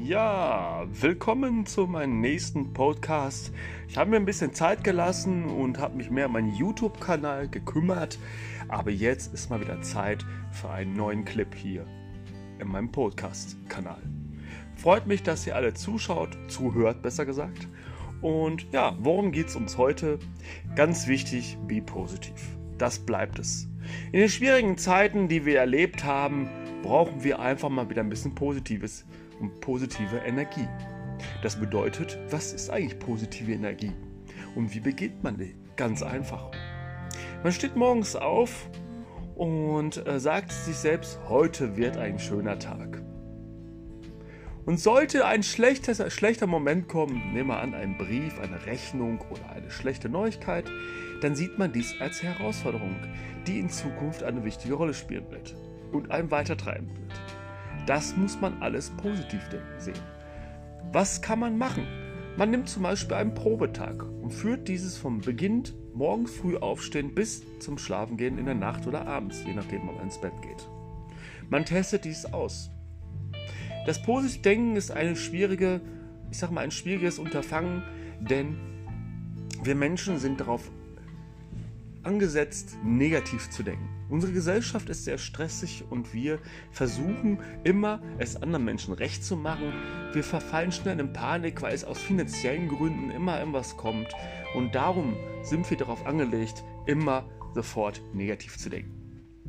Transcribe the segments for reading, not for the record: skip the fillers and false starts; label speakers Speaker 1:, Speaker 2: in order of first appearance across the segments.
Speaker 1: Ja, willkommen zu meinem nächsten Podcast. Ich habe mir ein bisschen Zeit gelassen und habe mich mehr um meinen YouTube-Kanal gekümmert. Aber jetzt ist mal wieder Zeit für einen neuen Clip hier in meinem Podcast-Kanal. Freut mich, dass ihr alle zuhört besser gesagt. Und ja, worum geht es uns heute? Ganz wichtig, be positiv. Das bleibt es. In den schwierigen Zeiten, die wir erlebt haben, brauchen wir einfach mal wieder ein bisschen Positives und positive Energie. Das bedeutet, was ist eigentlich positive Energie? Und wie beginnt man die? Ganz einfach. Man steht morgens auf und sagt sich selbst, heute wird ein schöner Tag. Und sollte ein schlechter Moment kommen, nehmen wir an, ein Brief, eine Rechnung oder eine schlechte Neuigkeit, dann sieht man dies als Herausforderung, die in Zukunft eine wichtige Rolle spielen wird und einen weitertreiben wird. Das muss man alles positiv sehen. Was kann man machen? Man nimmt zum Beispiel einen Probetag und führt dieses vom Beginn morgens früh aufstehen bis zum Schlafengehen in der Nacht oder abends, je nachdem, wann man ins Bett geht. Man testet dies aus. Das positive Denken ist ein schwieriges Unterfangen, denn wir Menschen sind darauf angesetzt, negativ zu denken. Unsere Gesellschaft ist sehr stressig und wir versuchen immer, es anderen Menschen recht zu machen. Wir verfallen schnell in Panik, weil es aus finanziellen Gründen immer irgendwas kommt. Und darum sind wir darauf angelegt, immer sofort negativ zu denken.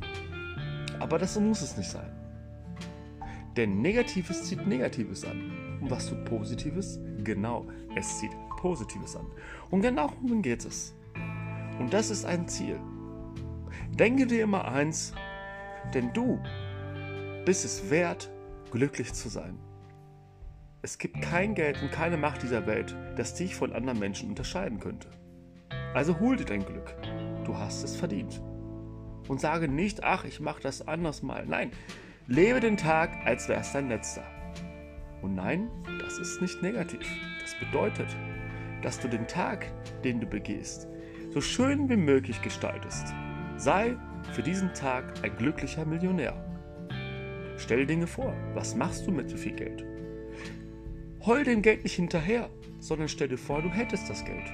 Speaker 1: Aber das muss es nicht sein. Denn Negatives zieht Negatives an. Und was tut Positives? Genau, es zieht Positives an. Und genau darum geht es. Und das ist ein Ziel. Denke dir immer eins, denn du bist es wert, glücklich zu sein. Es gibt kein Geld und keine Macht dieser Welt, das dich von anderen Menschen unterscheiden könnte. Also hol dir dein Glück. Du hast es verdient. Und sage nicht, ach, ich mache das anders mal. Nein, lebe den Tag, als wäre es dein letzter. Und nein, das ist nicht negativ. Das bedeutet, dass du den Tag, den du begehst, so schön wie möglich gestaltest. Sei für diesen Tag ein glücklicher Millionär. Stell dir Dinge vor, was machst du mit so viel Geld? Heul dem Geld nicht hinterher, sondern stell dir vor, du hättest das Geld.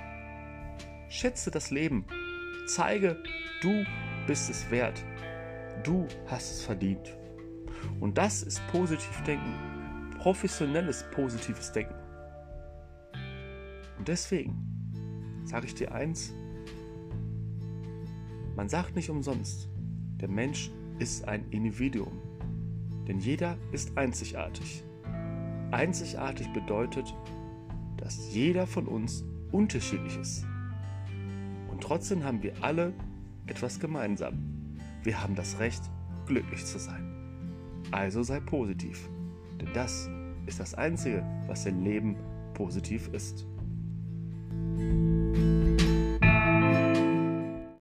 Speaker 1: Schätze das Leben. Zeige, du bist es wert. Du hast es verdient. Und das ist positiv denken. Professionelles positives Denken. Und deswegen sage ich dir eins, man sagt nicht umsonst, der Mensch ist ein Individuum, denn jeder ist einzigartig. Einzigartig bedeutet, dass jeder von uns unterschiedlich ist. Und trotzdem haben wir alle etwas gemeinsam. Wir haben das Recht, glücklich zu sein. Also sei positiv, denn das ist das Einzige, was im Leben positiv ist.